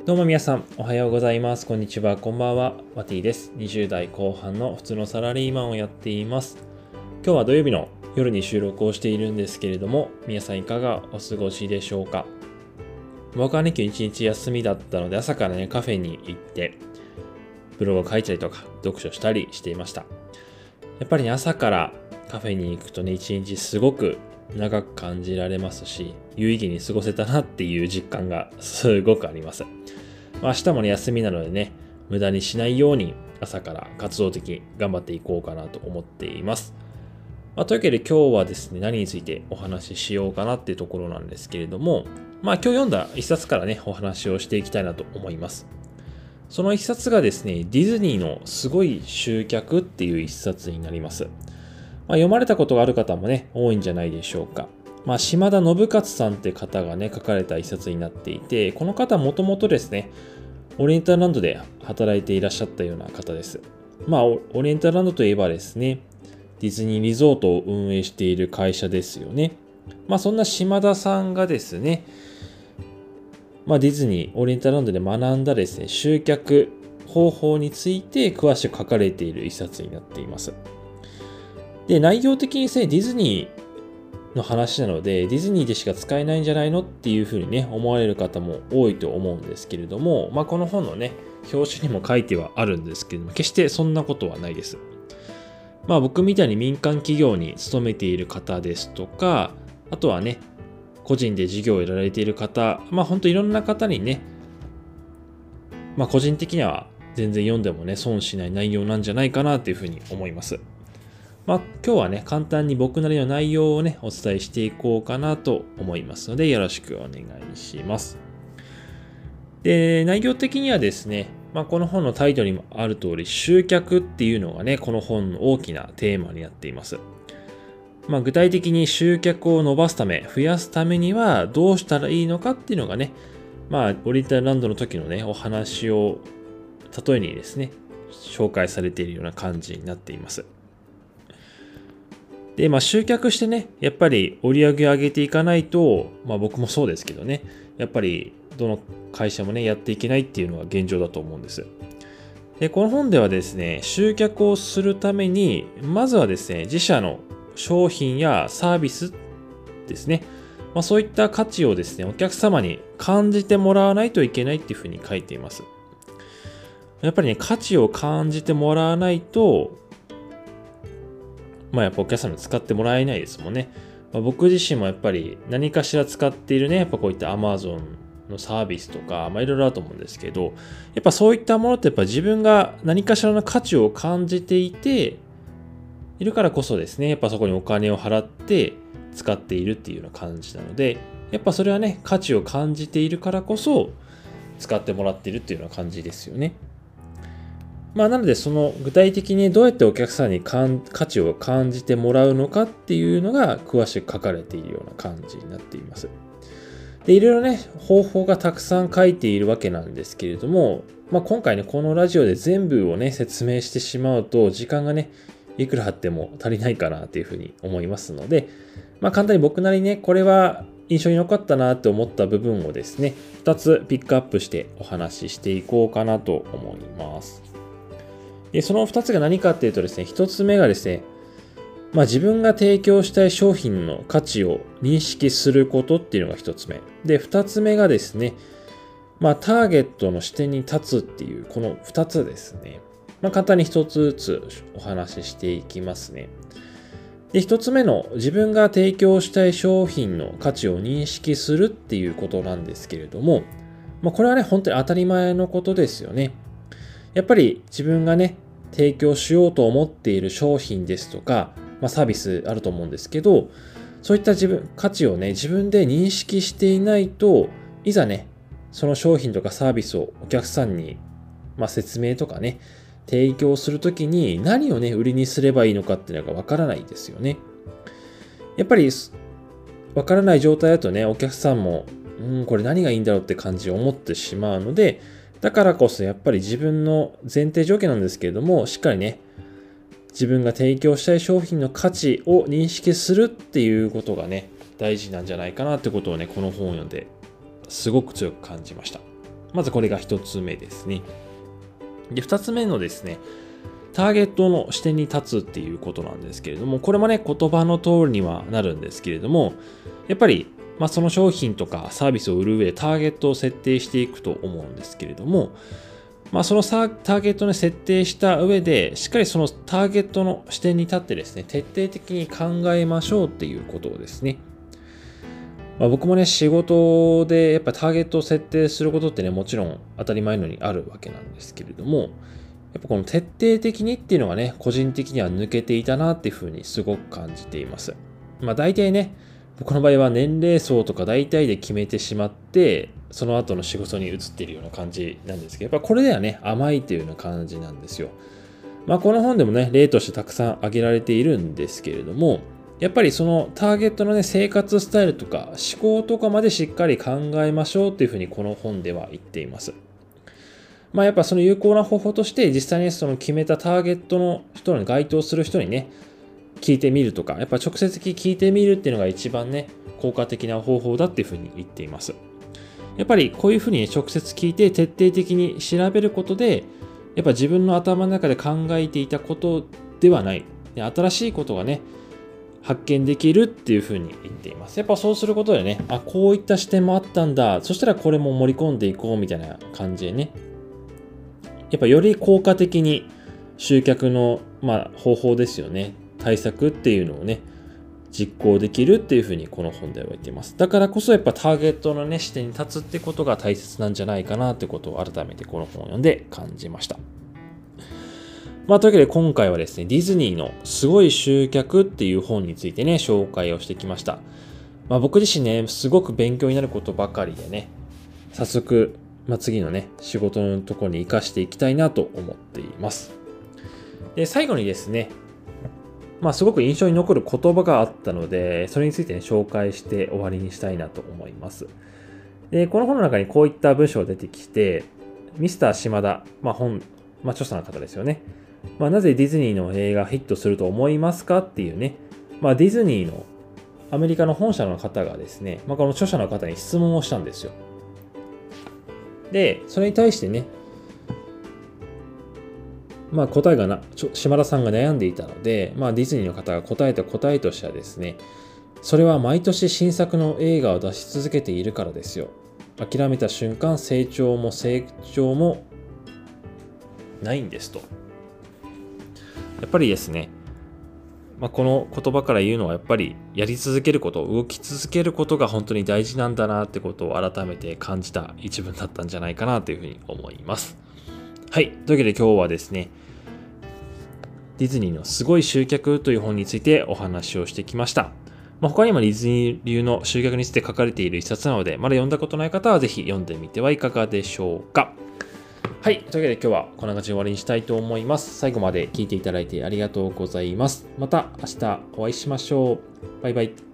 どうも皆さん、おはようございます。こんにちは、こんばんは。マティです。20代後半の普通のサラリーマンをやっています。今日は土曜日の夜に収録をしているんですけれども、皆さんいかがお過ごしでしょうか。僕はね、今日一日休みだったので、朝からね、カフェに行って、ブログを書いたりとか、読書したりしていました。やっぱりね、朝からカフェに行くとね、一日すごく長く感じられますし、有意義に過ごせたなっていう実感がすごくあります。明日もね、休みなのでね、無駄にしないように朝から活動的に頑張っていこうかなと思っています。というわけで今日はですね、何についてお話ししようかなっていうところなんですけれども、今日読んだ一冊からね、お話をしていきたいなと思います。その一冊がですね、ディズニーのすごい集客っていう一冊になります。読まれたことがある方もね、多いんじゃないでしょうか。島田信勝さんって方がね、書かれた一冊になっていて、この方もともとですね、オリエンタルランドで働いていらっしゃったような方です。オリエンタルランドといえばですね、ディズニーリゾートを運営している会社ですよね。そんな島田さんがですね、ディズニー、オリエンタルランドで学んだですね、集客方法について詳しく書かれている一冊になっています。で、内容的にですね、ディズニーの話なので、ディズニーでしか使えないんじゃないのっていうふうにね、思われる方も多いと思うんですけれども、この本のね、表紙にも書いてはあるんですけれども、決してそんなことはないです。僕みたいに民間企業に勤めている方ですとか、あとはね、個人で事業をやられている方、本当いろんな方にね、個人的には全然読んでもね、損しない内容なんじゃないかなというふうに思います。今日はね、簡単に僕なりの内容をね、お伝えしていこうかなと思いますので、よろしくお願いします。で、内容的にはですね、この本のタイトルにもある通り、集客っていうのがね、この本の大きなテーマになっています。具体的に集客を伸ばすため、増やすためにはどうしたらいいのかっていうのがね、オリエンタルランドの時のね、お話を例えにですね、紹介されているような感じになっています。で、集客してね、やっぱり売り上げを上げていかないと、僕もそうですけどね、やっぱりどの会社もね、やっていけないっていうのが現状だと思うんです。で、この本ではですね、集客をするために、まずはですね、自社の商品やサービスですね、そういった価値をですね、お客様に感じてもらわないといけないっていうふうに書いています。やっぱりね、価値を感じてもらわないと、やっぱお客様に使ってもらえないですもんね。僕自身もやっぱり何かしら使っているね、やっぱこういった Amazon のサービスとか、いろいろあると思うんですけど、やっぱそういったものってやっぱ自分が何かしらの価値を感じているからこそですね、やっぱそこにお金を払って使っているっていうような感じなので、やっぱそれはね、価値を感じているからこそ使ってもらっているっていうような感じですよね。なのでその具体的にどうやってお客さんに価値を感じてもらうのかっていうのが詳しく書かれているような感じになっています。で、いろいろね、方法がたくさん書いているわけなんですけれども、今回ね、このラジオで全部をね、説明してしまうと時間がね、いくらあっても足りないかなというふうに思いますので、簡単に僕なりにね、これは印象に残ったなって思った部分をですね、2つピックアップしてお話ししていこうかなと思います。で、その2つが何かっていうとですね、1つ目がですね、自分が提供したい商品の価値を認識することっていうのが1つ目。で、2つ目がですね、ターゲットの視点に立つっていう、この2つですね。簡単に1つずつお話ししていきますね。で、1つ目の自分が提供したい商品の価値を認識するっていうことなんですけれども、これはね、本当に当たり前のことですよね。やっぱり自分がね、提供しようと思っている商品ですとか、サービスあると思うんですけど、そういった価値をね、自分で認識していないと、いざね、その商品とかサービスをお客さんに、説明とかね、提供するときに何をね、売りにすればいいのかっていうのがわからないですよね。やっぱり、わからない状態だとね、お客さんも、これ何がいいんだろうって感じを思ってしまうので、だからこそやっぱり自分の前提条件なんですけれども、しっかりね、自分が提供したい商品の価値を認識するっていうことがね、大事なんじゃないかなってことをね、この本を読んですごく強く感じました。 まずこれが1つ目ですね。で、2つ目のですね、ターゲットの視点に立つっていうことなんですけれども、これもね、言葉の通りにはなるんですけれども、やっぱり、その商品とかサービスを売る上でターゲットを設定していくと思うんですけれども、そのターゲットに設定した上で、しっかりそのターゲットの視点に立ってですね、徹底的に考えましょうっていうことをですね。僕もね、仕事でやっぱターゲットを設定することってね、もちろん当たり前のようにあるわけなんですけれども、やっぱこの徹底的にっていうのがね、個人的には抜けていたなっていうふうにすごく感じています。大体ね、僕の場合は年齢層とか大体で決めてしまって、その後の仕事に移っているような感じなんですけど、やっぱこれではね、甘いというような感じなんですよ。この本でもね、例としてたくさん挙げられているんですけれども、やっぱりそのターゲットのね、生活スタイルとか思考とかまでしっかり考えましょうっていうふうにこの本では言っています。やっぱその有効な方法として実際にその決めたターゲットの人に該当する人にね、聞いてみるとか、やっぱ直接聞いてみるっていうのが一番ね、効果的な方法だっていうふうに言っています。やっぱりこういうふうに直接聞いて徹底的に調べることで、やっぱ自分の頭の中で考えていたことではない、新しいことがね、発見できるっていうふうに言っています。やっぱそうすることでね、こういった視点もあったんだ、そしたらこれも盛り込んでいこうみたいな感じでね、やっぱより効果的に集客の、方法ですよね。対策っていうのをね、実行できるっていうふうにこの本では言っています。だからこそやっぱターゲットのね、視点に立つってことが大切なんじゃないかなってことを改めてこの本を読んで感じました。というわけで今回はですね、ディズニーのすごい集客っていう本についてね、紹介をしてきました。僕自身ね、すごく勉強になることばかりでね、早速、次のね、仕事のところに活かしていきたいなと思っています。で、最後にですね、すごく印象に残る言葉があったので、それについてね、紹介して終わりにしたいなと思います。で、この本の中にこういった文章が出てきて、ミスター島田、著者の方ですよね。なぜディズニーの映画ヒットすると思いますかっていうね、ディズニーのアメリカの本社の方がですね、この著者の方に質問をしたんですよ。で、それに対してね、答えが島田さんが悩んでいたので、ディズニーの方が答えた答えとしてはですね、それは毎年新作の映画を出し続けているからですよ。諦めた瞬間、成長もないんですと。やっぱりですね、この言葉から言うのはやっぱりやり続けること、動き続けることが本当に大事なんだなってことを改めて感じた一文だったんじゃないかなというふうに思います。はい。というわけで今日はですね、ディズニーのすごい集客という本についてお話をしてきました。他にもディズニー流の集客について書かれている一冊なので、まだ読んだことない方はぜひ読んでみてはいかがでしょうか。はい。というわけで今日はこんな感じで終わりにしたいと思います。最後まで聞いていただいてありがとうございます。また明日お会いしましょう。バイバイ。